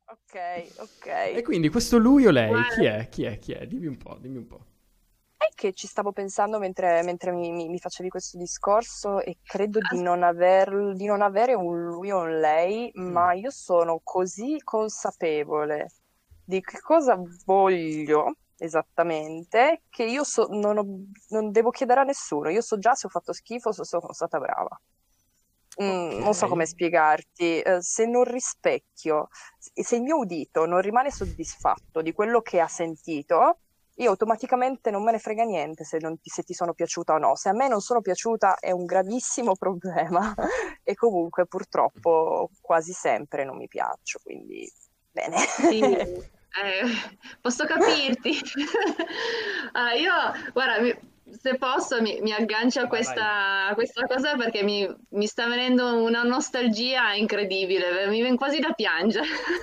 Ok, ok. E quindi questo lui o lei, chi Guarda, è? Chi è? Chi è? Dimmi un po', dimmi un po'. è che ci stavo pensando mentre mi facevi questo discorso e credo Mm. di non avere un lui o un lei, Mm. ma io sono così consapevole di che cosa voglio esattamente che non devo chiedere a nessuno. Io so già se ho fatto schifo, se sono stata brava. Ok. Non so come spiegarti, se non rispecchio, se il mio udito non rimane soddisfatto di quello che ha sentito, io automaticamente non me ne frega niente se ti sono piaciuta o no. Se a me non sono piaciuta è un gravissimo problema e comunque purtroppo quasi sempre non mi piaccio, quindi bene. Sì, posso capirti. Io, guarda, se posso mi aggancio Vai, vai. a questa cosa perché mi sta venendo una nostalgia incredibile, mi viene quasi da piangere.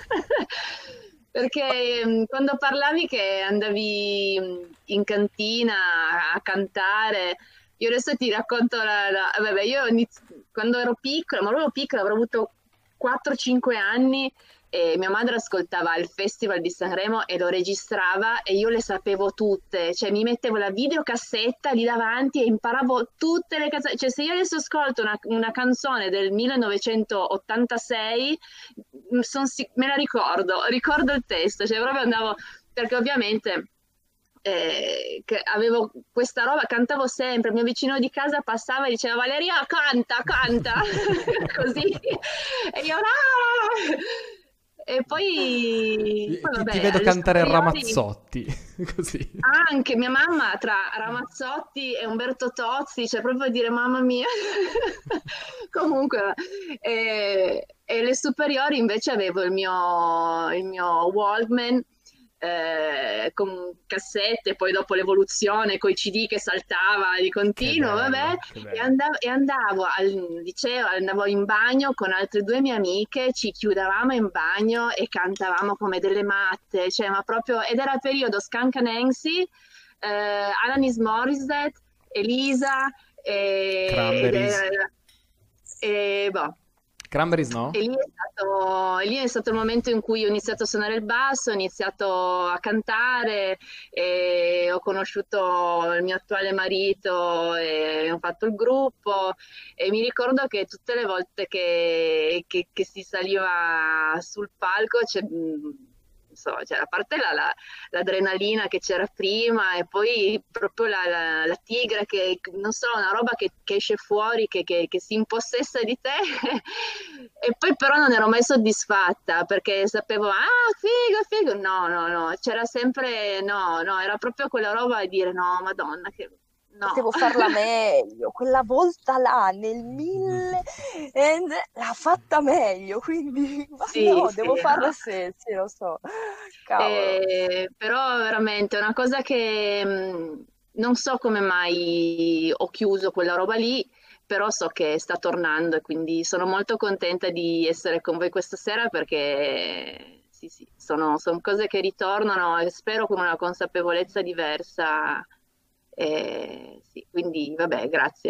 Perché quando parlavi che andavi in cantina a cantare, io adesso ti racconto vabbè, quando ero piccola, ma proprio piccola, avrò avuto 4-5 anni e mia madre ascoltava il Festival di Sanremo e lo registrava e io le sapevo tutte, cioè mi mettevo la videocassetta lì davanti e imparavo tutte le canzoni, cioè se io adesso ascolto una canzone del 1986, me la ricordo il testo, cioè proprio andavo, perché ovviamente che avevo questa roba, cantavo sempre, il mio vicino di casa passava e diceva Valeria canta, canta, così, e io "Ah!" E poi Ti vabbè, vedo alle cantare superiori Ramazzotti, così. anche mia mamma tra Ramazzotti e Umberto Tozzi, cioè proprio a dire mamma mia. Comunque, e le superiori invece avevo il mio Walkman con cassette, poi dopo l'evoluzione con i CD che saltava di Che continuo, vabbè, bello, che e bello. andavo al liceo, andavo in bagno con altre due mie amiche, ci chiudevamo in bagno e cantavamo come delle matte, cioè, ma proprio, ed era il periodo Skank Nancy, Alanis Morissette, Elisa, ed Cranberries. era, boh. Cranberries E no? lì è stato il momento in cui ho iniziato a suonare il basso, ho iniziato a cantare, e ho conosciuto il mio attuale marito e ho fatto il gruppo e mi ricordo che tutte le volte che si saliva sul palco non so, cioè, a parte l'adrenalina che c'era prima e poi proprio la tigre che, non so, una roba che esce fuori, che si impossessa di te e poi però non ero mai soddisfatta perché sapevo, ah, figo, figo, no, no, no, c'era sempre, no, no, era proprio quella roba di dire, no, Madonna, che no. Potevo farla meglio, quella volta là nel mille l'ha fatta meglio, quindi ma Sì, no, sì, devo farla no. sì, sì, lo so. Cavolo. Però veramente è una cosa che non so come mai ho chiuso quella roba lì, però so che sta tornando e quindi sono molto contenta di essere con voi questa sera perché sì, sì, sono cose che ritornano e spero con una consapevolezza diversa. Sì, quindi vabbè,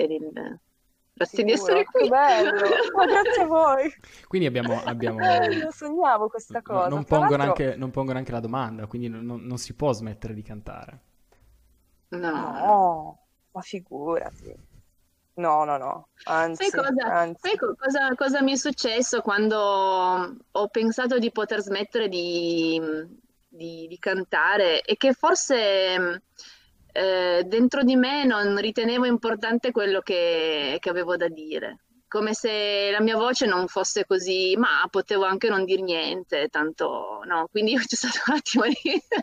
grazie di essere Sicuro, qui. che bello. Ma grazie a voi. Quindi abbiamo. Lo sognavo questa cosa. Non Tra pongo l'altro, neanche, non pongo neanche la domanda, quindi non si può smettere di cantare. No, no. no, ma figurati. No, no, no, Sai anzi, cosa, sai anzi. cosa mi è successo quando ho pensato di poter smettere di cantare e che forse dentro di me non ritenevo importante quello che avevo da dire, come se la mia voce non fosse così, ma potevo anche non dir niente, tanto no, quindi c'è stato un attimo di.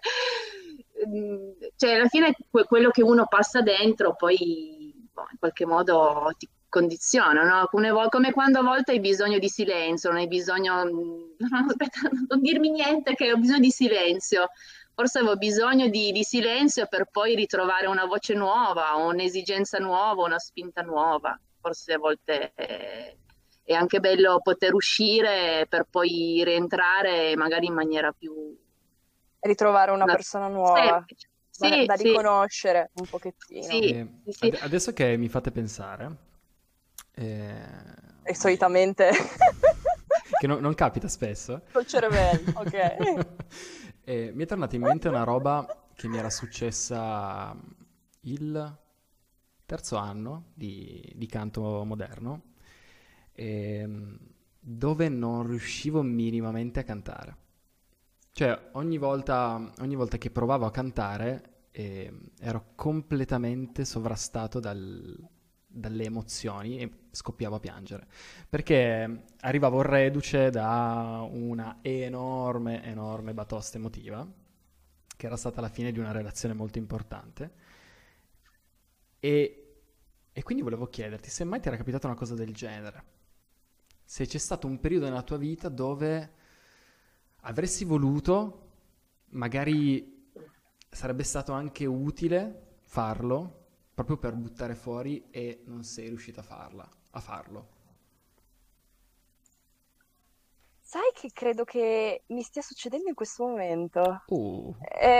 Cioè alla fine quello che uno passa dentro poi boh, in qualche modo ti condiziona, no? Come quando a volte hai bisogno di silenzio, non hai bisogno, no, aspetta, non dirmi niente che ho bisogno di silenzio. Forse avevo bisogno di silenzio per poi ritrovare una voce nuova, un'esigenza nuova, una spinta nuova. Forse a volte è anche bello poter uscire per poi rientrare magari in maniera più Ritrovare una na- persona nuova semplice. Sì, da sì, riconoscere un pochettino. sì, sì, sì. Adesso che mi fate pensare, eh, E solitamente che non capita spesso. Col cervello, ok. E mi è tornata in mente una roba che mi era successa il terzo anno di canto moderno, dove non riuscivo minimamente a cantare. Cioè, ogni volta che provavo a cantare, ero completamente sovrastato dalle emozioni e scoppiavo a piangere. Perché arrivavo reduce da una enorme, enorme batosta emotiva, che era stata la fine di una relazione molto importante. E quindi volevo chiederti se mai ti era capitata una cosa del genere. Se c'è stato un periodo nella tua vita dove avresti voluto, magari sarebbe stato anche utile farlo, proprio per buttare fuori e non sei riuscita a farlo. Sai che credo che mi stia succedendo in questo momento? Oh,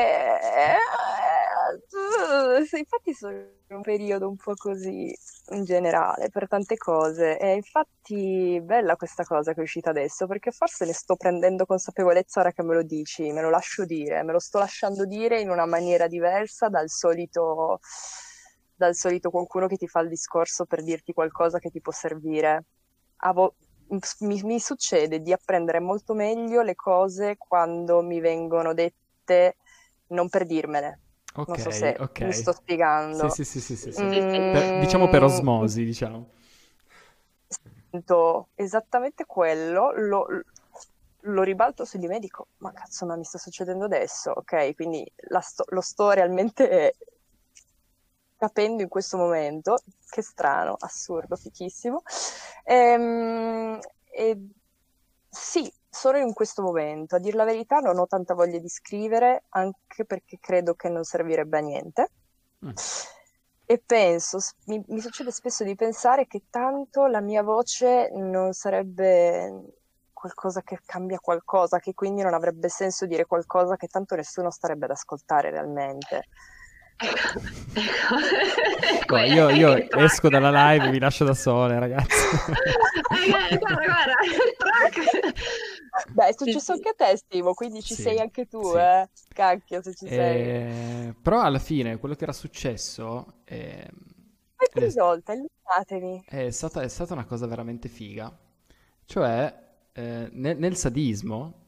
Sì, infatti sono in un periodo un po' così in generale per tante cose e infatti bella questa cosa che è uscita adesso perché forse ne sto prendendo consapevolezza ora che me lo dici, me lo lascio dire, me lo sto lasciando dire in una maniera diversa dal solito qualcuno che ti fa il discorso per dirti qualcosa che ti può servire. Avo- mi succede di apprendere molto meglio le cose quando mi vengono dette non per dirmene. Non so ok, se mi ok. sto Sì, spiegando. sì, sì, sì, sì, sì. Sì, sì. Diciamo per Mm, osmosi, diciamo. sento esattamente quello, lo ribalto su di me e dico, ma cazzo, ma mi sta succedendo adesso, ok? Quindi lo sto realmente capendo in questo momento, che strano, assurdo, fichissimo. Ehm, E, sì, solo in questo momento. A dir la verità non ho tanta voglia di scrivere, anche perché credo che non servirebbe a niente. Mm. E penso, mi succede spesso di pensare che tanto la mia voce non sarebbe qualcosa che cambia qualcosa, che quindi non avrebbe senso dire qualcosa che tanto nessuno starebbe ad ascoltare realmente. Ecco, ecco, ecco, Boh, è io il esco track. dalla live e vi lascio da sole, ragazzi. Guarda, guarda, il track. Beh, è Sì, successo sì. anche a te, Stimo, quindi ci sei Sì, anche tu, sì. eh? Cacchio se ci sei. Però alla fine quello che era successo Poi che ed risolta, illuminatemi. è stata una cosa veramente figa. Cioè, nel sadismo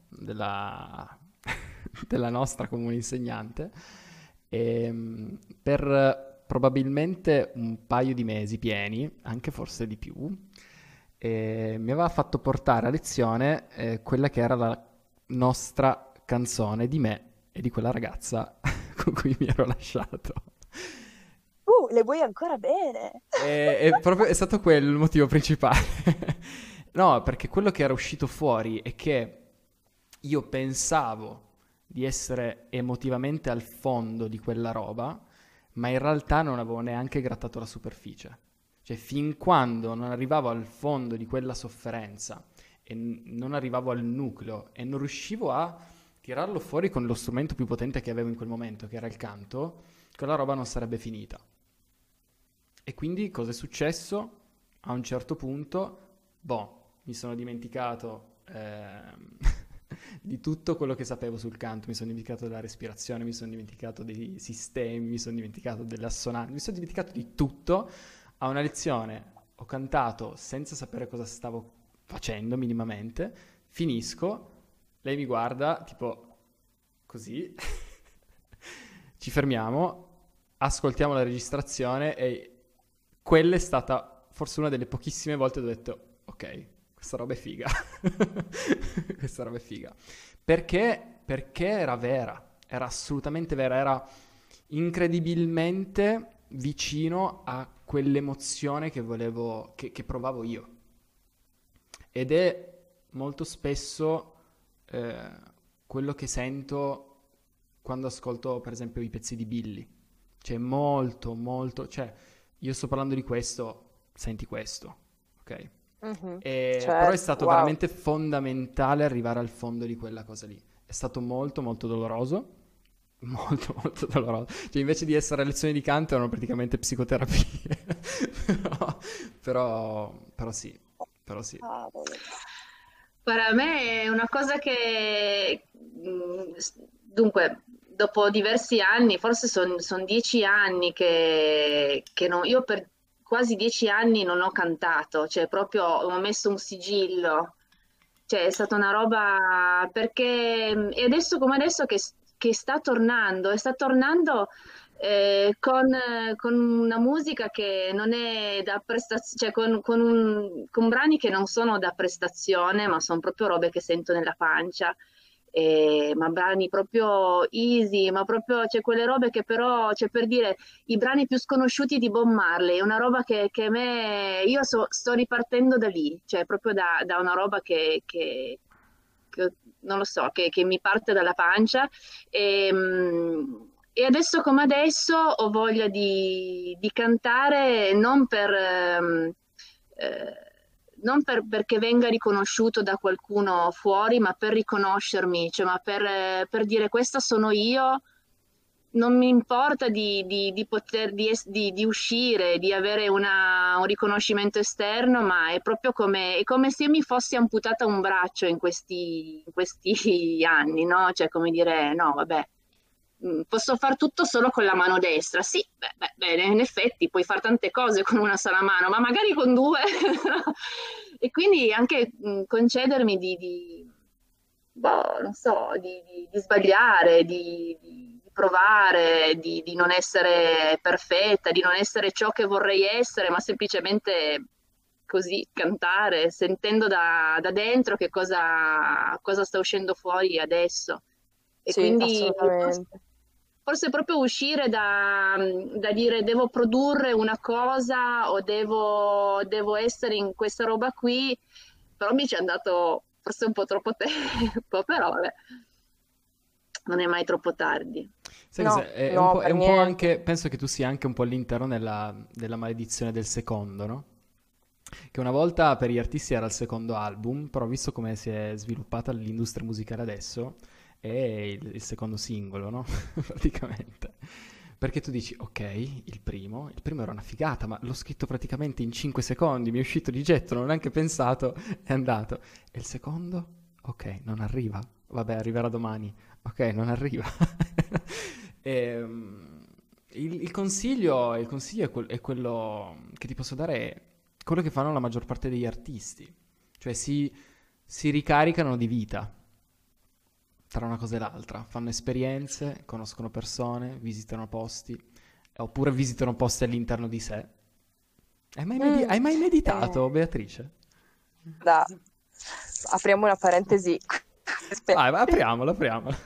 della nostra comune insegnante, per probabilmente un paio di mesi pieni, anche forse di più, mi aveva fatto portare a lezione quella che era la nostra canzone di me e di quella ragazza con cui mi ero lasciato. Le vuoi ancora bene? È stato quello il motivo principale. No, perché quello che era uscito fuori è che io pensavo di essere emotivamente al fondo di quella roba, ma in realtà non avevo neanche grattato la superficie. Cioè, fin quando non arrivavo al fondo di quella sofferenza e non arrivavo al nucleo e non riuscivo a tirarlo fuori con lo strumento più potente che avevo in quel momento, che era il canto, quella roba non sarebbe finita. E quindi cosa è successo? A un certo punto, mi sono dimenticato di tutto quello che sapevo sul canto, mi sono dimenticato della respirazione, mi sono dimenticato dei sistemi, mi sono dimenticato delle assonanti, mi sono dimenticato di tutto. A una lezione ho cantato senza sapere cosa stavo facendo minimamente, finisco, lei mi guarda tipo così, ci fermiamo, ascoltiamo la registrazione e quella è stata forse una delle pochissime volte dove ho detto ok, questa roba è figa. Questa roba è figa. Perché? Perché era vera, era assolutamente vera, era incredibilmente vicino a quell'emozione che volevo, che provavo io. Ed è molto spesso eh, quello che sento quando ascolto, per esempio, i pezzi di Billy. Cioè, molto, molto, cioè, io sto parlando di questo, senti questo, ok? Mhm. Però è Certo, stato wow. veramente fondamentale arrivare al fondo di quella cosa lì. È stato molto, molto doloroso. Molto, molto doloroso. Cioè, invece di essere lezioni di canto, erano praticamente psicoterapie. però, però sì, però sì. Cavolo. Per me è una cosa che, dunque, dopo diversi anni, forse sono 10 anni io per quasi 10 anni non ho cantato, cioè proprio ho messo un sigillo, cioè è stata una roba perché, e adesso come adesso che sta tornando, e sta tornando con una musica che non è da prestazione, cioè con brani che non sono da prestazione, ma sono proprio robe che sento nella pancia. Ma brani proprio easy, ma proprio c'è quelle robe che però, c'è per dire, i brani più sconosciuti di Bob Marley, è una roba che a me, sto ripartendo da lì, cioè proprio da una roba che non lo so, che mi parte dalla pancia. E adesso come adesso ho voglia di cantare perché venga riconosciuto da qualcuno fuori, ma per riconoscermi, cioè, ma per dire questa sono io. Non mi importa di poter di uscire, di avere un riconoscimento esterno, ma è come se mi fossi amputata un braccio in questi anni, no? Cioè, come dire, no, vabbè, posso far tutto solo con la mano destra. Sì, bene, in effetti puoi fare tante cose con una sola mano, ma magari con due. E quindi anche concedermi boh, non so, di sbagliare, di provare, di non essere perfetta, di non essere ciò che vorrei essere, ma semplicemente così cantare, sentendo da dentro che cosa sta uscendo fuori adesso. E Sì, quindi assolutamente. forse proprio uscire da dire devo produrre una cosa o devo essere in questa roba qui, però mi ci è andato forse un po' troppo tempo, però vabbè, non è mai troppo tardi. Sai No, cos'è? no, È per un po' niente. anche, penso che tu sia anche un po' all'interno della maledizione del secondo, no? Che una volta per gli artisti era il secondo album, però visto come si è sviluppata l'industria musicale adesso, è il secondo singolo, no? Praticamente. Perché tu dici, ok, il primo era una figata, ma l'ho scritto praticamente in 5 secondi, mi è uscito di getto, non ho neanche pensato, è andato. E il secondo? Ok, non arriva. Vabbè, arriverà domani. Ok, non arriva. Ehm, il consiglio è quello che ti posso dare, è quello che fanno la maggior parte degli artisti. Cioè si ricaricano di vita tra una cosa e l'altra. Fanno esperienze, conoscono persone, visitano posti, oppure visitano posti all'interno di sé. Mm, Hai mai meditato, eh, Beatrice? da- apriamo una parentesi. Vai, vai, Aspetta. apriamola, apriamola.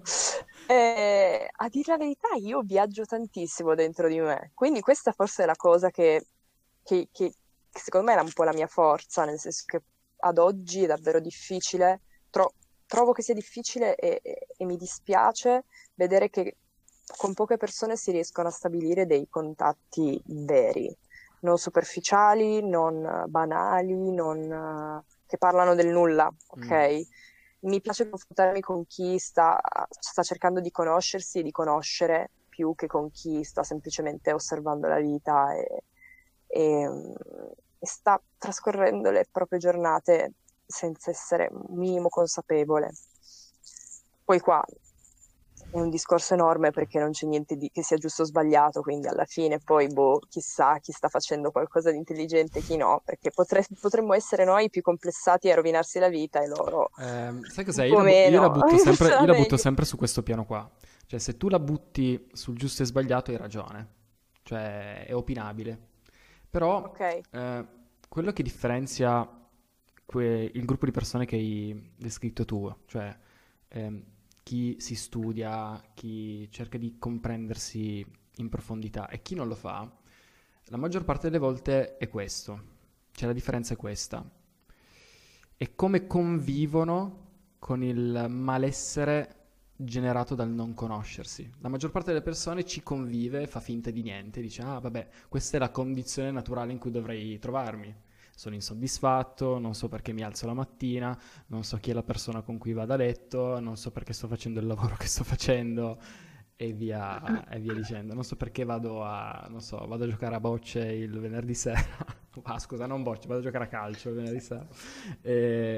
A dire la verità, io viaggio tantissimo dentro di me, quindi questa forse è la cosa che secondo me è un po' la mia forza, nel senso che ad oggi è davvero difficile, trovo che sia difficile e mi dispiace vedere che con poche persone si riescono a stabilire dei contatti veri, non superficiali, non banali, che parlano del nulla, Mm. ok? Mi piace confrontarmi con chi sta cercando di conoscersi e di conoscere più che con chi sta semplicemente osservando la vita e- e sta trascorrendo le proprie giornate senza essere un minimo consapevole. Poi qua è un discorso enorme perché non c'è niente che sia giusto o sbagliato, quindi alla fine poi, boh, chissà chi sta facendo qualcosa di intelligente e chi no, perché potremmo essere noi più complessati a rovinarsi la vita e loro Sai cos'è? un po' meno, Io sta la butto meglio. sempre su questo piano qua. Cioè, se tu la butti sul giusto e sbagliato, hai ragione. Cioè, è opinabile. Però, Ok, quello che differenzia il gruppo di persone che hai descritto tu, cioè ehm, chi si studia, chi cerca di comprendersi in profondità e chi non lo fa, la maggior parte delle volte è questo. Cioè, la differenza è questa. È come convivono con il malessere generato dal non conoscersi. La maggior parte delle persone ci convive, fa finta di niente, dice ah vabbè, questa è la condizione naturale in cui dovrei trovarmi. Sono insoddisfatto, non so perché mi alzo la mattina, non so chi è la persona con cui vado a letto, non so perché sto facendo il lavoro che sto facendo e via dicendo. Non so perché non so, vado a giocare a bocce il venerdì sera. Ah, scusa, non bocce, vado a giocare a calcio il venerdì sera.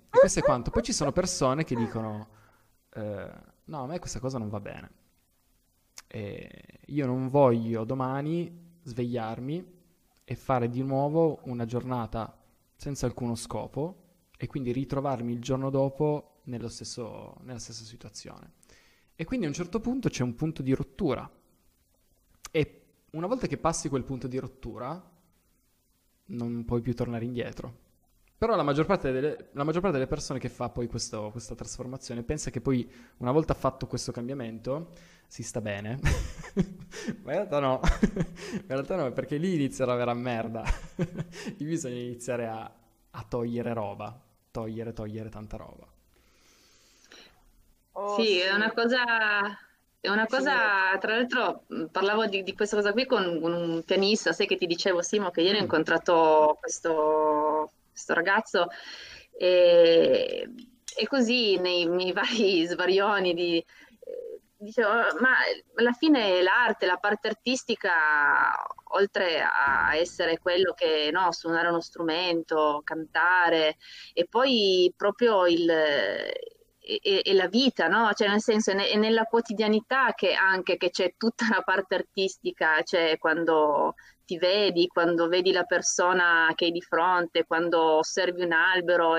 E questo è quanto. Poi ci sono persone che dicono, no, a me questa cosa non va bene. E io non voglio domani svegliarmi e fare di nuovo una giornata senza alcuno scopo e quindi ritrovarmi il giorno dopo nella stessa situazione. E quindi a un certo punto c'è un punto di rottura. E una volta che passi quel punto di rottura, non puoi più tornare indietro. Però la maggior parte delle persone che fa poi questa trasformazione pensa che poi, una volta fatto questo cambiamento, si sta bene. Ma in realtà no. In realtà no, perché lì inizia la vera merda. Lì bisogna iniziare a togliere roba. Togliere tanta roba. Oh Sì, sì, è una finire. cosa, tra l'altro parlavo di questa cosa qui con un pianista, sai che ti dicevo Simo che ieri ho Mm. incontrato questo ragazzo e, e così nei miei vari svarioni dicevo, ma alla fine l'arte, la parte artistica, oltre a essere quello che, no, suonare uno strumento, cantare, e poi proprio e la vita, no? Cioè, nel senso, è nella quotidianità che anche che c'è tutta la parte artistica, cioè quando ti vedi, quando vedi la persona che hai di fronte, quando osservi un albero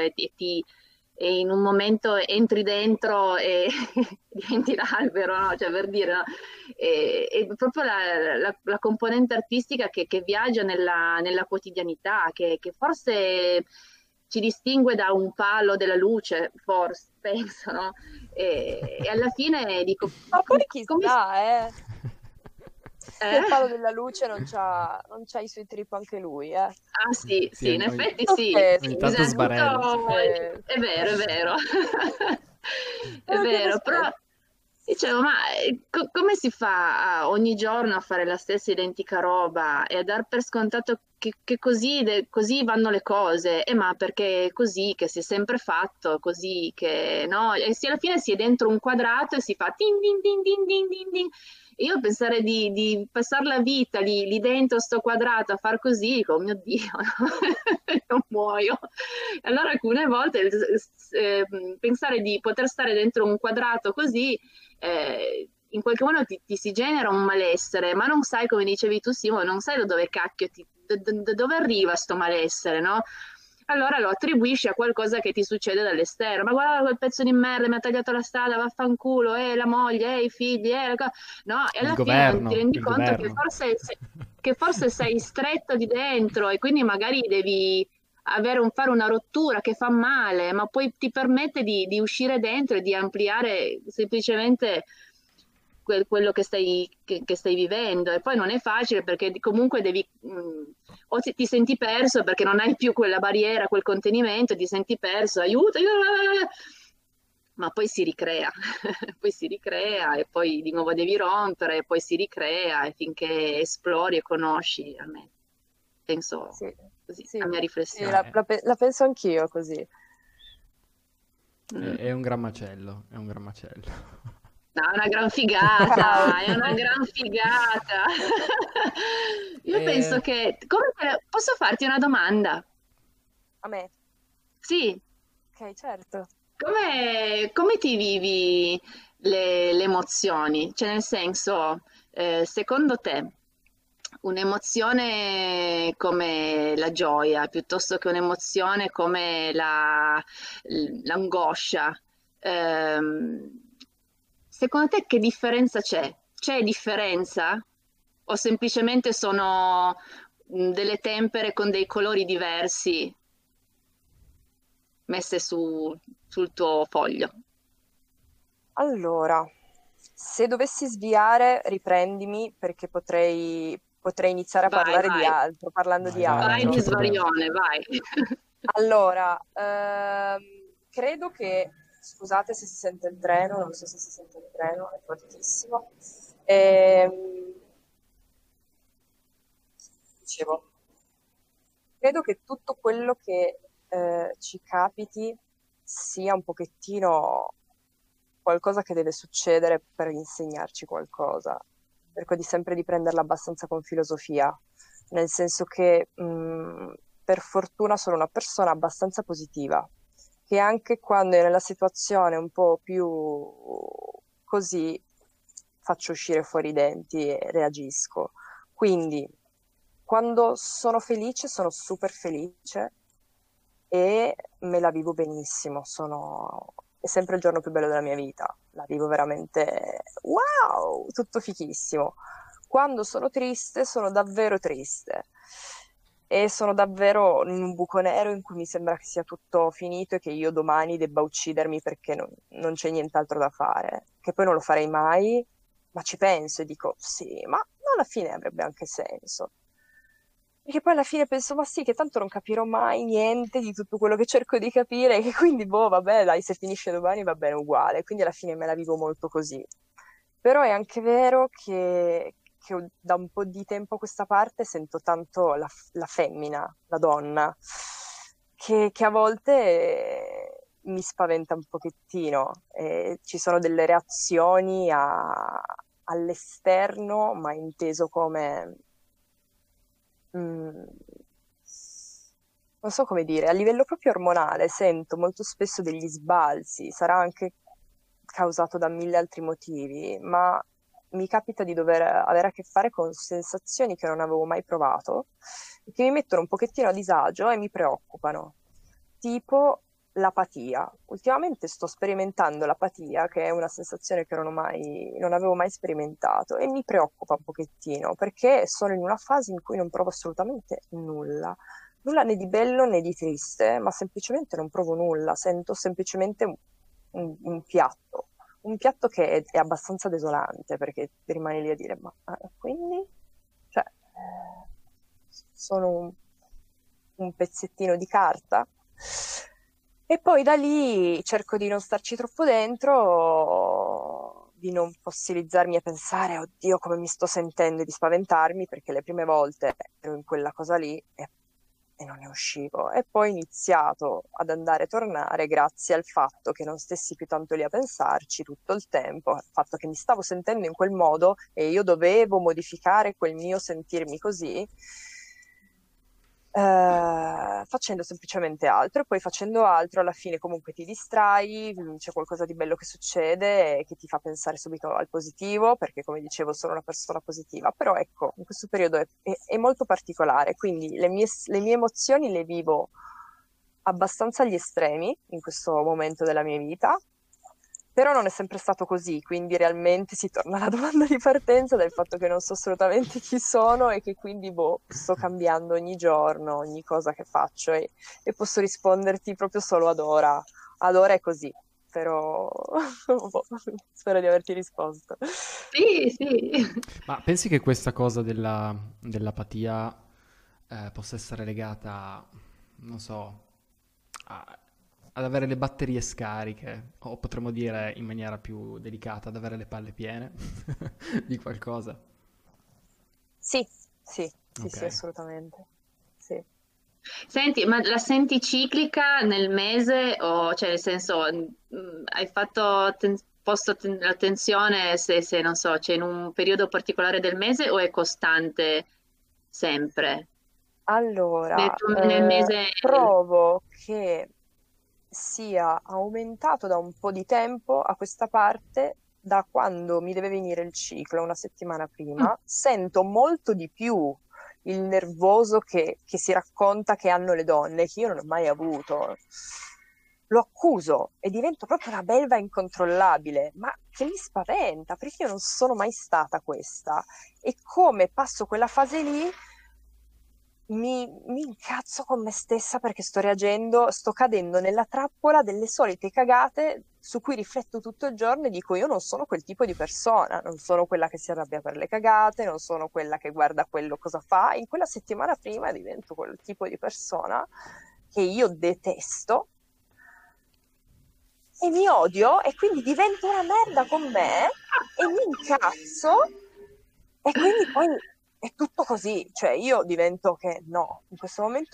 e in un momento entri dentro e diventi l'albero, no? Cioè, per dire, no? E proprio la componente artistica che viaggia nella quotidianità, che forse ci distingue da un palo della luce, forse, penso, no? E alla fine dico, Ma poi come... chissà, se il Eh? palo della luce non c'ha i suoi trip anche lui, eh. Ah sì, Sì, sì, in effetti So sì, che ogni sì, tanto bisogna sbarella. tutto... È vero, è vero. È che vero, però aspetta. dicevo, ma come si fa ogni giorno a fare la stessa identica roba e a dar per scontato che così, così vanno le cose? Ma perché è così che si è sempre fatto, così che, no? E alla fine si è dentro un quadrato e si fa tin din din din din din din. E io pensare di passare la vita lì dentro sto quadrato a far così, dico, oh mio Dio, non muoio. Allora alcune volte pensare di poter stare dentro un quadrato così in qualche modo ti si genera un malessere, ma non sai, come dicevi tu Simo, non sai da dove cacchio, da dove arriva sto malessere, no? Allora lo attribuisci a qualcosa che ti succede dall'esterno. Ma guarda quel pezzo di merda, mi ha tagliato la strada, vaffanculo, la moglie, i figli, no? E Il alla fine non ti governo, rendi il conto governo. che forse sei stretto di dentro e quindi magari devi fare una rottura che fa male, ma poi ti permette di uscire dentro e di ampliare semplicemente quello che stai vivendo. E poi non è facile perché comunque devi, o ti senti perso perché non hai più quella barriera, quel contenimento, ti senti perso, aiuto, aiuto, ma poi si ricrea, poi si ricrea e poi di nuovo devi rompere, e poi si ricrea e finché esplori e conosci, a me penso Sì, così, la sì, mia sì, riflessione. la penso anch'io così. Mm. È un gran macello, è un gran macello. No, è una gran Ciao. figata, è una gran figata. Io penso E... che... posso farti una domanda? A me. Sì, Ok, certo. come ti vivi le emozioni? Cioè, nel senso, secondo te, un'emozione come la gioia, piuttosto che un'emozione come l'angoscia, ehm, secondo te che differenza c'è? C'è differenza? O semplicemente sono delle tempere con dei colori diversi messe sul tuo foglio? Allora, se dovessi sviare, riprendimi perché potrei iniziare a Vai, parlare di vai, altro, parlando di Vai, vai non altro. di c'è problema. svarione, vai. Allora, credo che, scusate se si sente il treno, non so se si sente il treno, è fortissimo. Ehm, dicevo, credo che tutto quello che ci capiti sia un pochettino qualcosa che deve succedere per insegnarci qualcosa. Cerco di sempre di prenderla abbastanza con filosofia, nel senso che per fortuna sono una persona abbastanza positiva, che anche quando è nella situazione un po' più così, faccio uscire fuori i denti e reagisco. Quindi, quando sono felice, sono super felice e me la vivo benissimo. È sempre il giorno più bello della mia vita. La vivo veramente wow, tutto fichissimo. Quando sono triste, sono davvero triste. E sono davvero in un buco nero in cui mi sembra che sia tutto finito e che io domani debba uccidermi perché non c'è nient'altro da fare. Che poi non lo farei mai, ma ci penso e dico sì, ma alla fine avrebbe anche senso. Perché poi alla fine penso, ma sì, che tanto non capirò mai niente di tutto quello che cerco di capire, e che quindi, boh, vabbè, dai, se finisce domani va bene uguale. Quindi alla fine me la vivo molto così. Però è anche vero che da un po' di tempo a questa parte sento tanto la femmina, la donna, che a volte mi spaventa un pochettino. Ci sono delle reazioni all'esterno, ma inteso come mm, non so come dire, a livello proprio ormonale sento molto spesso degli sbalzi, sarà anche causato da mille altri motivi, ma mi capita di dover avere a che fare con sensazioni che non avevo mai provato, e che mi mettono un pochettino a disagio e mi preoccupano, tipo l'apatia. Ultimamente sto sperimentando l'apatia, che è una sensazione che non avevo mai sperimentato, e mi preoccupa un pochettino perché sono in una fase in cui non provo assolutamente nulla. Nulla né di bello né di triste, ma semplicemente non provo nulla, sento semplicemente un piatto che è abbastanza desolante perché ti rimani lì a dire, ma quindi? Cioè, sono un pezzettino di carta. E poi da lì cerco di non starci troppo dentro, di non fossilizzarmi e pensare, oddio, come mi sto sentendo, e di spaventarmi, perché le prime volte ero in quella cosa lì e non ne uscivo. E poi ho iniziato ad andare e tornare grazie al fatto che non stessi più tanto lì a pensarci tutto il tempo, al fatto che mi stavo sentendo in quel modo e io dovevo modificare quel mio sentirmi così, facendo semplicemente altro. E poi facendo altro alla fine comunque ti distrai, c'è qualcosa di bello che succede e che ti fa pensare subito al positivo, perché come dicevo sono una persona positiva. Però ecco, in questo periodo è molto particolare, quindi le mie emozioni le vivo abbastanza agli estremi in questo momento della mia vita. Però non è sempre stato così, quindi realmente si torna alla domanda di partenza del fatto che non so assolutamente chi sono e che quindi boh, sto cambiando ogni giorno, ogni cosa che faccio, e posso risponderti proprio solo ad ora. Ad ora è così, però boh, spero di averti risposto. Sì, sì. Ma pensi che questa cosa dell'apatia possa essere legata, non so, ad avere le batterie scariche, o potremmo dire in maniera più delicata, ad avere le palle piene di qualcosa? Sì, sì, sì, Ok. sì, assolutamente. Sì. Senti, ma la senti ciclica nel mese o cioè nel senso hai posto l'attenzione se non so, c'è in un periodo particolare del mese o è costante sempre? Allora, Nel mese trovo che sia aumentato da un po' di tempo a questa parte, da quando mi deve venire il ciclo, una settimana Mm, prima, sento molto di più il nervoso che si racconta che hanno le donne, che io non ho mai avuto. Lo accuso e divento proprio una belva incontrollabile, ma che mi spaventa, perché io non sono mai stata questa. E come passo quella fase lì, mi incazzo con me stessa perché sto reagendo, sto cadendo nella trappola delle solite cagate su cui rifletto tutto il giorno e dico io non sono quel tipo di persona, non sono quella che si arrabbia per le cagate, non sono quella che guarda quello cosa fa. In quella settimana prima divento quel tipo di persona che io detesto e mi odio, e quindi divento una merda con me e mi incazzo, e quindi poi è tutto così, cioè io divento che no, in questo momento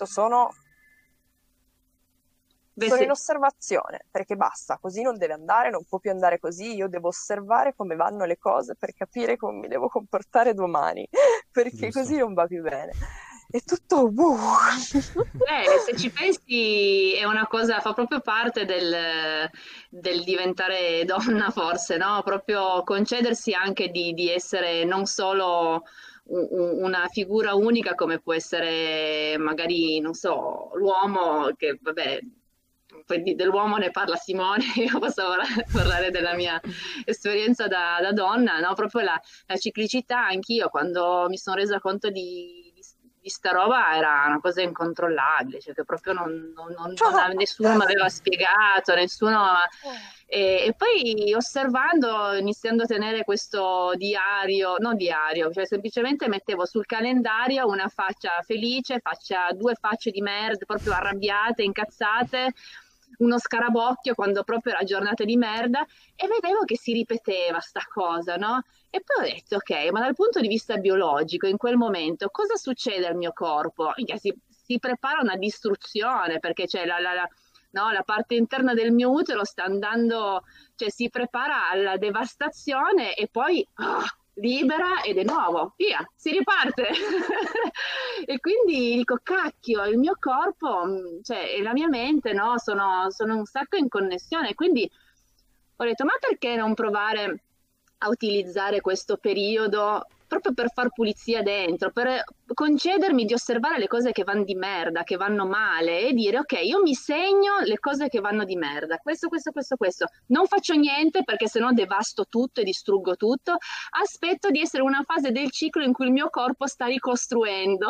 beh, sono in sì, osservazione, perché basta, così non deve andare, non può più andare così, io devo osservare come vanno le cose per capire come mi devo comportare domani, perché Giusto. così non va più bene. è tutto Se ci pensi è una cosa, fa proprio parte del diventare donna, forse, no? Proprio concedersi anche di essere non solo una figura unica come può essere magari, non so, l'uomo, che vabbè, poi dell'uomo ne parla Simone, io posso parlare della mia esperienza da donna, no? Proprio la ciclicità, anch'io quando mi sono resa conto di sta roba era una cosa incontrollabile, cioè che proprio nessuno mi aveva spiegato, nessuno... E poi osservando, iniziando a tenere questo diario, non diario, cioè semplicemente mettevo sul calendario una faccia felice, due facce di merda, proprio arrabbiate, incazzate, uno scarabocchio quando proprio era giornata di merda, e vedevo che si ripeteva sta cosa, no? E poi ho detto, ok, ma dal punto di vista biologico, in quel momento, cosa succede al mio corpo? Minchia, si prepara una distruzione, perché c'è no, la parte interna del mio utero sta andando, cioè si prepara alla devastazione e poi libera e di nuovo, via, si riparte. E quindi dico, cacchio, il mio corpo, cioè, e la mia mente, no, sono un sacco in connessione. Quindi ho detto, ma perché non provare a utilizzare questo periodo proprio per far pulizia dentro, per concedermi di osservare le cose che vanno di merda, che vanno male e dire ok, io mi segno le cose che vanno di merda, questo. Non faccio niente perché sennò devasto tutto e distruggo tutto. Aspetto di essere una fase del ciclo in cui il mio corpo sta ricostruendo,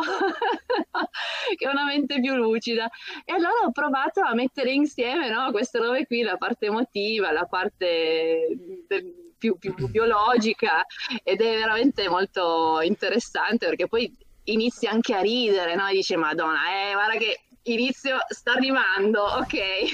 che è una mente più lucida. E allora ho provato a mettere insieme, no, queste robe qui, la parte emotiva, la parte più biologica, ed è veramente molto interessante perché poi inizi anche a ridere, no? E dici, Madonna, guarda che inizio sta arrivando, ok.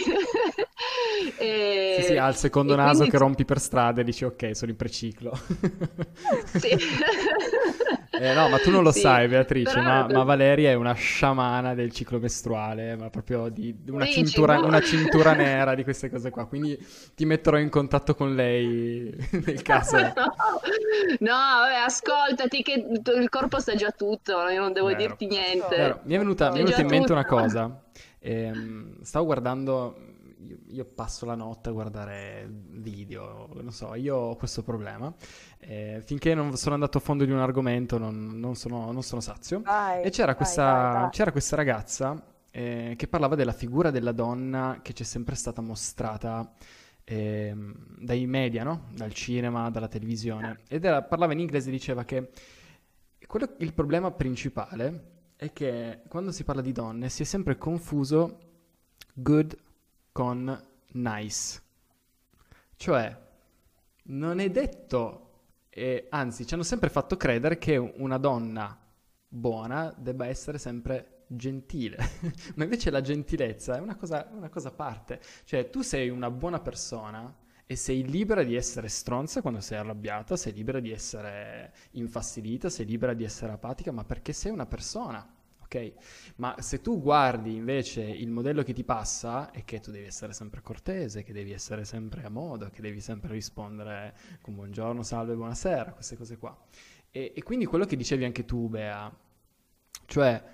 Sì, al secondo naso quindi... che rompi per strada e dici ok, sono in preciclo. Sì. No, ma tu non lo Sì, sai, Beatrice, però... ma Valeria è una sciamana del ciclo mestruale, ma proprio di Dici, una cintura nera di queste cose qua, quindi ti metterò in contatto con lei nel caso. No, vabbè, ascoltati che il corpo sa già tutto, io non devo Vero. dirti niente. Vero. Mi è venuta Sa già in mente tutto. una cosa. Stavo guardando, io passo la notte a guardare video, non so, io ho questo problema. Finché non sono andato a fondo di un argomento non sono sazio. Vai, E c'era vai, vai, vai. c'era questa ragazza che parlava della figura della donna che c'è sempre stata mostrata dai media, no? Dal cinema, dalla televisione. Parlava in inglese e diceva che il problema principale è che quando si parla di donne si è sempre confuso good con nice. Cioè, non è detto, anzi, ci hanno sempre fatto credere che una donna buona debba essere sempre gentile. Ma invece la gentilezza è una cosa a parte. Cioè, tu sei una buona persona e sei libera di essere stronza quando sei arrabbiata, sei libera di essere infastidita, sei libera di essere apatica, ma perché sei una persona, ok? Ma se tu guardi invece il modello che ti passa è che tu devi essere sempre cortese, che devi essere sempre a modo, che devi sempre rispondere con buongiorno, salve, buonasera, queste cose qua. E quindi quello che dicevi anche tu, Bea, cioè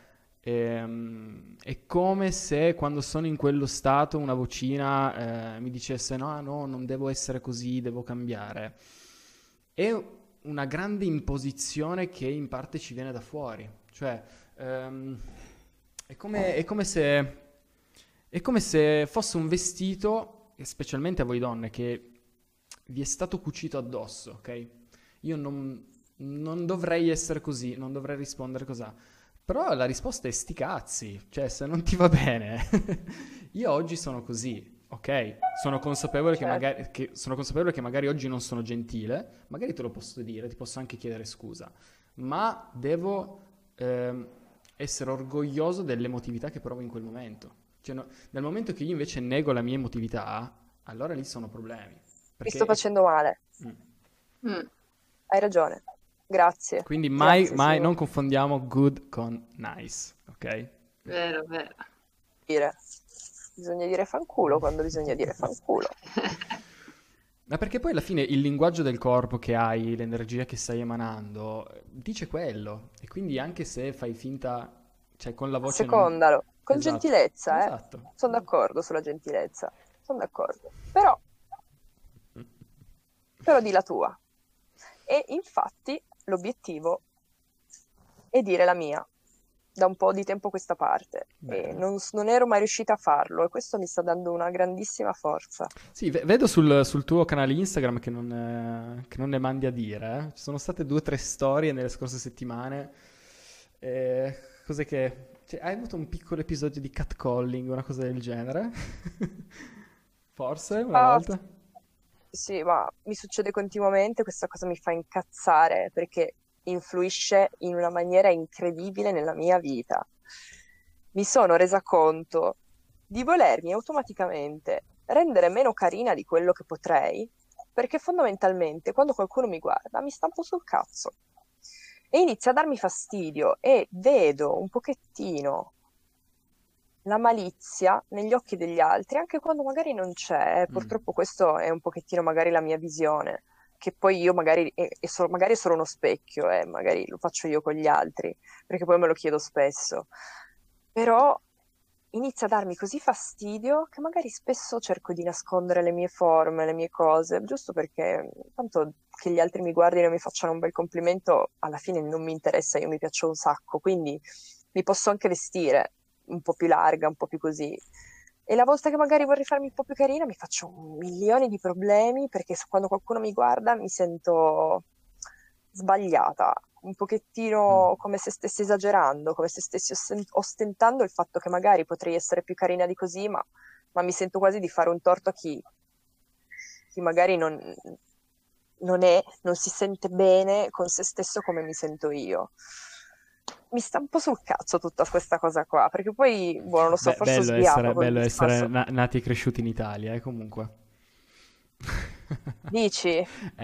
è come se quando sono in quello stato una vocina mi dicesse no, non devo essere così, devo cambiare. È una grande imposizione che in parte ci viene da fuori. Cioè è come se fosse un vestito, e specialmente a voi donne, che vi è stato cucito addosso, ok? Io non dovrei essere così, non dovrei rispondere così. Però la risposta è sti cazzi, cioè se non ti va bene, io oggi sono così, ok? Sono consapevole sono consapevole che magari oggi non sono gentile, magari te lo posso dire, ti posso anche chiedere scusa, ma devo essere orgoglioso dell'emotività che provo in quel momento. Cioè, nel momento che io invece nego la mia emotività, allora lì sono problemi. Mi sto facendo male. Mm. Hai ragione. Grazie. Quindi Grazie, mai Simo. non confondiamo good con nice, ok? Vero. Bisogna dire fanculo quando bisogna dire fanculo. Ma perché poi alla fine il linguaggio del corpo che hai, l'energia che stai emanando, dice quello. E quindi anche se fai finta cioè con la voce non... Secondalo, con Esatto, gentilezza, eh. esatto. Sono d'accordo sulla gentilezza, sono d'accordo. Però di la tua. E infatti l'obiettivo è dire la mia da un po' di tempo a questa parte e Bene. non ero mai riuscita a farlo e questo mi sta dando una grandissima forza. Sì, vedo sul tuo canale Instagram che non ne mandi a dire, eh. Ci sono state 2 o 3 storie nelle scorse settimane. Cos'è che... cioè, hai avuto un piccolo episodio di catcalling, una cosa del genere? Forse, una Ah, volta? sì, ma mi succede continuamente, questa cosa mi fa incazzare perché influisce in una maniera incredibile nella mia vita. Mi sono resa conto di volermi automaticamente rendere meno carina di quello che potrei, perché fondamentalmente quando qualcuno mi guarda mi stampo sul cazzo e inizia a darmi fastidio e vedo un pochettino la malizia negli occhi degli altri, anche quando magari non c'è. Mm. Purtroppo questo è un pochettino magari la mia visione, che poi io magari magari è solo uno specchio, magari lo faccio io con gli altri, perché poi me lo chiedo spesso. Però inizia a darmi così fastidio che magari spesso cerco di nascondere le mie forme, le mie cose, giusto perché tanto che gli altri mi guardino e mi facciano un bel complimento, alla fine non mi interessa, io mi piaccio un sacco, quindi mi posso anche vestire un po' più larga, un po' più così. E la volta che magari vorrei farmi un po' più carina mi faccio un milione di problemi perché quando qualcuno mi guarda mi sento sbagliata, un Mm. pochettino come se stessi esagerando, come se stessi ostentando il fatto che magari potrei essere più carina di così, ma mi sento quasi di fare un torto a chi magari non si sente bene con se stesso come mi sento io. Mi sta un po' sul cazzo tutta questa cosa qua, perché poi, boh, non lo so, Beh, forse ho sviato col bello essere discorso. nati e cresciuti in Italia, comunque. Dici?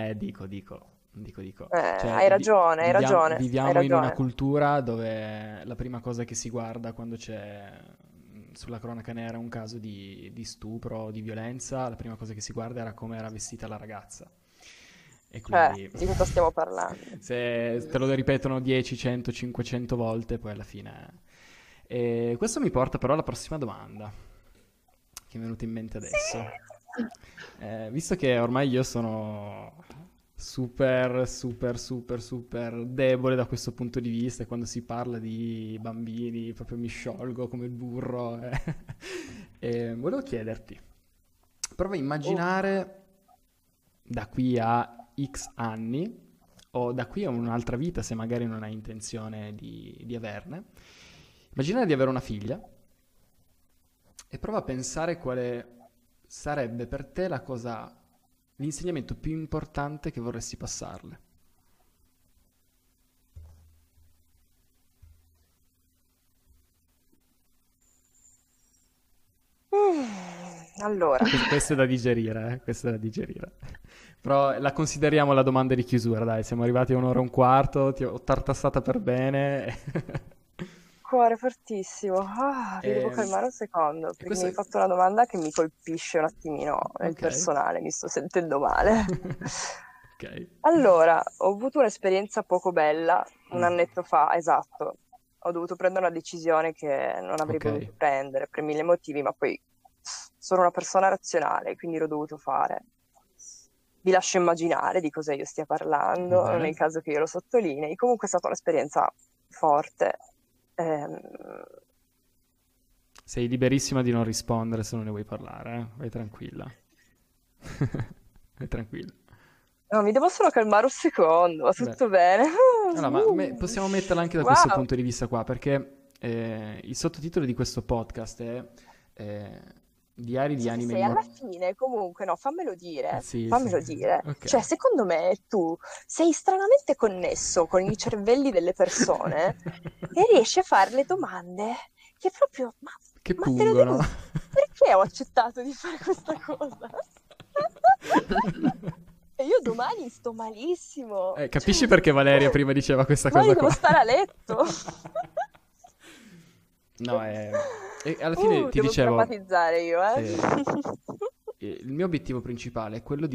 Dico. Hai Cioè, ragione, hai ragione, hai viviamo in una ragione. cultura dove la prima cosa che si guarda quando c'è sulla cronaca nera un caso di stupro o di violenza, la prima cosa che si guarda era come era vestita la ragazza. E quindi Di cosa stiamo parlando? se te lo ripetono 10, 100, 500 volte, poi alla fine... E questo mi porta però alla prossima domanda, che mi è venuta in mente Sì. adesso. Visto che ormai io sono super debole da questo punto di vista, e quando si parla di bambini proprio mi sciolgo come il burro. E volevo chiederti, prova a Uh, immaginare da qui a X anni, o da qui a un'altra vita, se magari non hai intenzione di averne, immagina di avere una figlia e prova a pensare quale sarebbe per te l'insegnamento più importante che vorresti passarle. allora, Questo è da digerire, questo è da digerire. Però la consideriamo la domanda di chiusura, dai, siamo arrivati a un'ora e un quarto, ti ho tartassata per bene. cuore fortissimo. Mi devo E, calmare un secondo, e perché mi questo hai è... fatto una domanda che mi colpisce un attimino nel Ok. personale, mi sto sentendo male. Ok. Allora, ho avuto un'esperienza poco bella un Mm. annetto fa, esatto. Ho dovuto prendere una decisione che non avrei Ok. voluto prendere per mille motivi, ma poi sono una persona razionale, quindi l'ho dovuto fare. Vi lascio immaginare di cosa io stia Va parlando, non è bene. il caso che io lo sottolinei. Comunque è stata un'esperienza forte. Ehm, Sei liberissima di non rispondere se non ne vuoi parlare, eh? Vai tranquilla. Vai tranquilla. no, mi devo solo calmare un secondo, va Beh. tutto bene. Allora, ma possiamo metterla anche da questo Wow. punto di vista qua, perché il sottotitolo di questo podcast è Diari di So che anime sei alla immortali. fine, comunque, no, Sì, sì. fammelo dire. Cioè, Ok. secondo me tu sei stranamente connesso con i cervelli delle persone e riesci a fare le domande che proprio, Che ma te lo pungono. devo, perché ho accettato di fare questa cosa? E io domani sto malissimo, Capisci cioè, perché Valeria prima diceva questa domani cosa devo qua? stare a letto. No, e alla fine ti Devo dicevo, sdrammatizzare io, eh. eh, il mio obiettivo principale è quello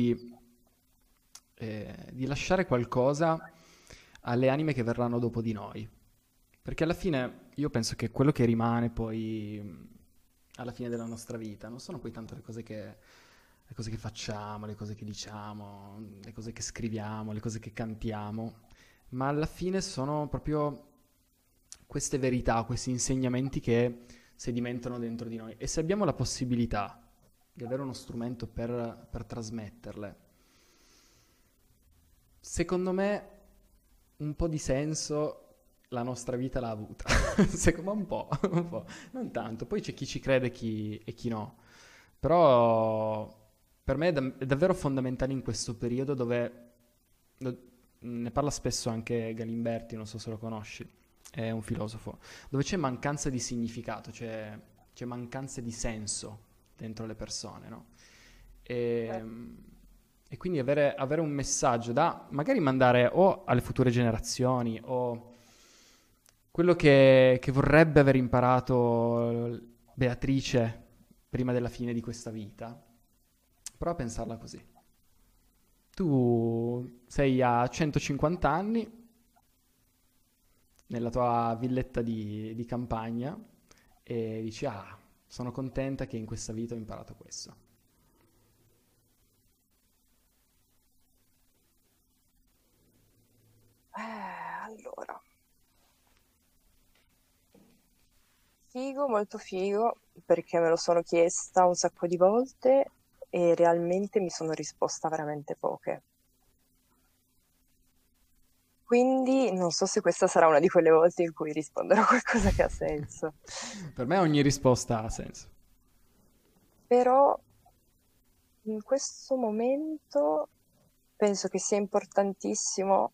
di lasciare qualcosa alle anime che verranno dopo di noi. Perché alla fine io penso che quello che rimane poi alla fine della nostra vita non sono poi tanto le cose che facciamo, le cose che diciamo, le cose che scriviamo, le cose che cantiamo, ma alla fine sono proprio queste verità, questi insegnamenti che sedimentano dentro di noi. E se abbiamo la possibilità di avere uno strumento per trasmetterle, secondo me un po' di senso la nostra vita l'ha avuta. Secondo me un po', non tanto. Poi c'è chi ci crede e chi no. Però per me è davvero fondamentale in questo periodo ne parla spesso anche Galimberti, non so se lo conosci, è un filosofo, dove c'è mancanza di significato, c'è mancanza di senso dentro le persone, no? E, e quindi avere un messaggio da magari mandare o alle future generazioni o quello che vorrebbe aver imparato Beatrice prima della fine di questa vita. Prova a pensarla così. Tu sei a 150 anni nella tua villetta di campagna e dici, ah, sono contenta che in questa vita ho imparato questo. Allora, figo, molto figo, perché me lo sono chiesta un sacco di volte e realmente mi sono risposta veramente poche. Quindi non so se questa sarà una di quelle volte in cui risponderò qualcosa che ha senso. Per me ogni risposta ha senso. Però in questo momento penso che sia importantissimo,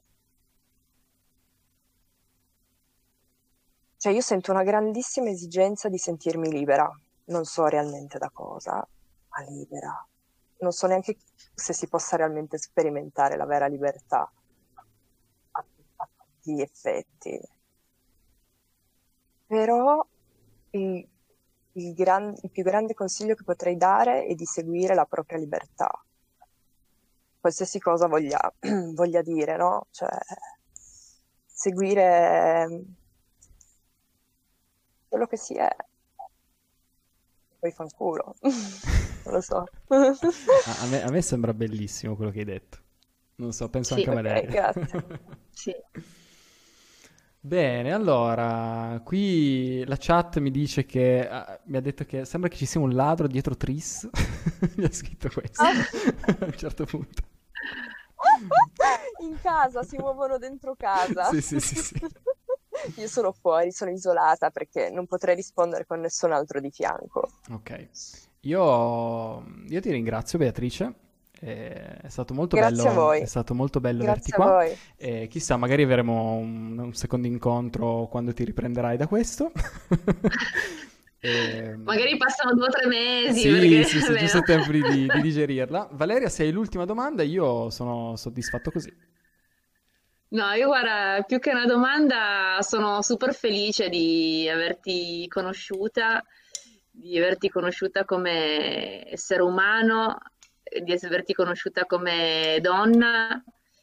cioè io sento una grandissima esigenza di sentirmi libera, non so realmente da cosa, ma libera. Non so neanche se si possa realmente sperimentare la vera libertà a tutti gli effetti. Però il, il più grande consiglio che potrei dare è di seguire la propria libertà, qualsiasi cosa voglia dire, no? Cioè, seguire quello che si è, poi fanculo, non lo so. A me sembra bellissimo quello che hai detto. Non so, penso Sì, anche a Ok, Valeria. grazie. sì. Bene, allora, qui la chat mi dice che, mi ha detto che sembra che ci sia un ladro dietro Tris. Mi ha scritto questo Ah. a un certo punto. In casa, si muovono dentro casa. Sì, sì, sì, sì. Io sono fuori, sono isolata perché non potrei rispondere con nessun altro di fianco. Ok, io ti ringrazio Beatrice, Grazie a è voi, stato molto bello averti grazie a qua voi. e chissà, magari avremo un secondo incontro quando ti riprenderai da questo. E- Magari passano 2 o 3 mesi Sì, perché sì, sì, giusto almeno. il tempo di digerirla. Valeria, se hai l'ultima domanda, io sono soddisfatto così. No, io guarda, più che una domanda, sono super felice di averti conosciuta come essere umano, di averti conosciuta come donna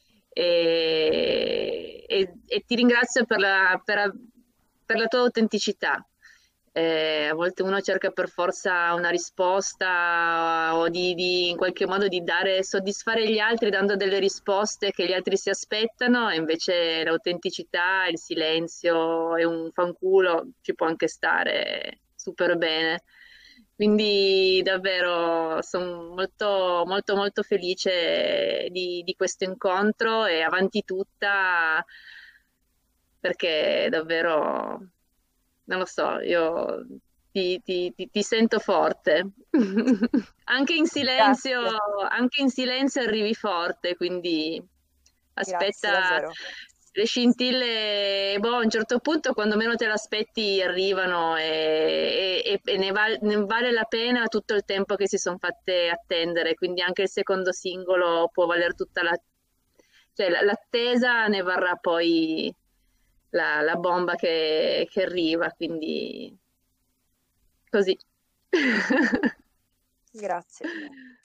e ti ringrazio per la tua autenticità. A volte uno cerca per forza una risposta o in qualche modo di soddisfare gli altri dando delle risposte che gli altri si aspettano, e invece l'autenticità, il silenzio e un fanculo ci può anche stare super bene. Quindi davvero sono molto, molto, molto felice di questo incontro e avanti tutta perché davvero, non lo so, io ti sento forte. Anche in silenzio, Grazie, anche in silenzio arrivi forte, quindi grazie aspetta, davvero. le scintille, boh, a un certo punto, quando meno te l'aspetti, arrivano e ne vale la pena tutto il tempo che si sono fatte attendere, quindi anche il secondo singolo può valere cioè l'attesa ne varrà poi la bomba che arriva, quindi così. Grazie.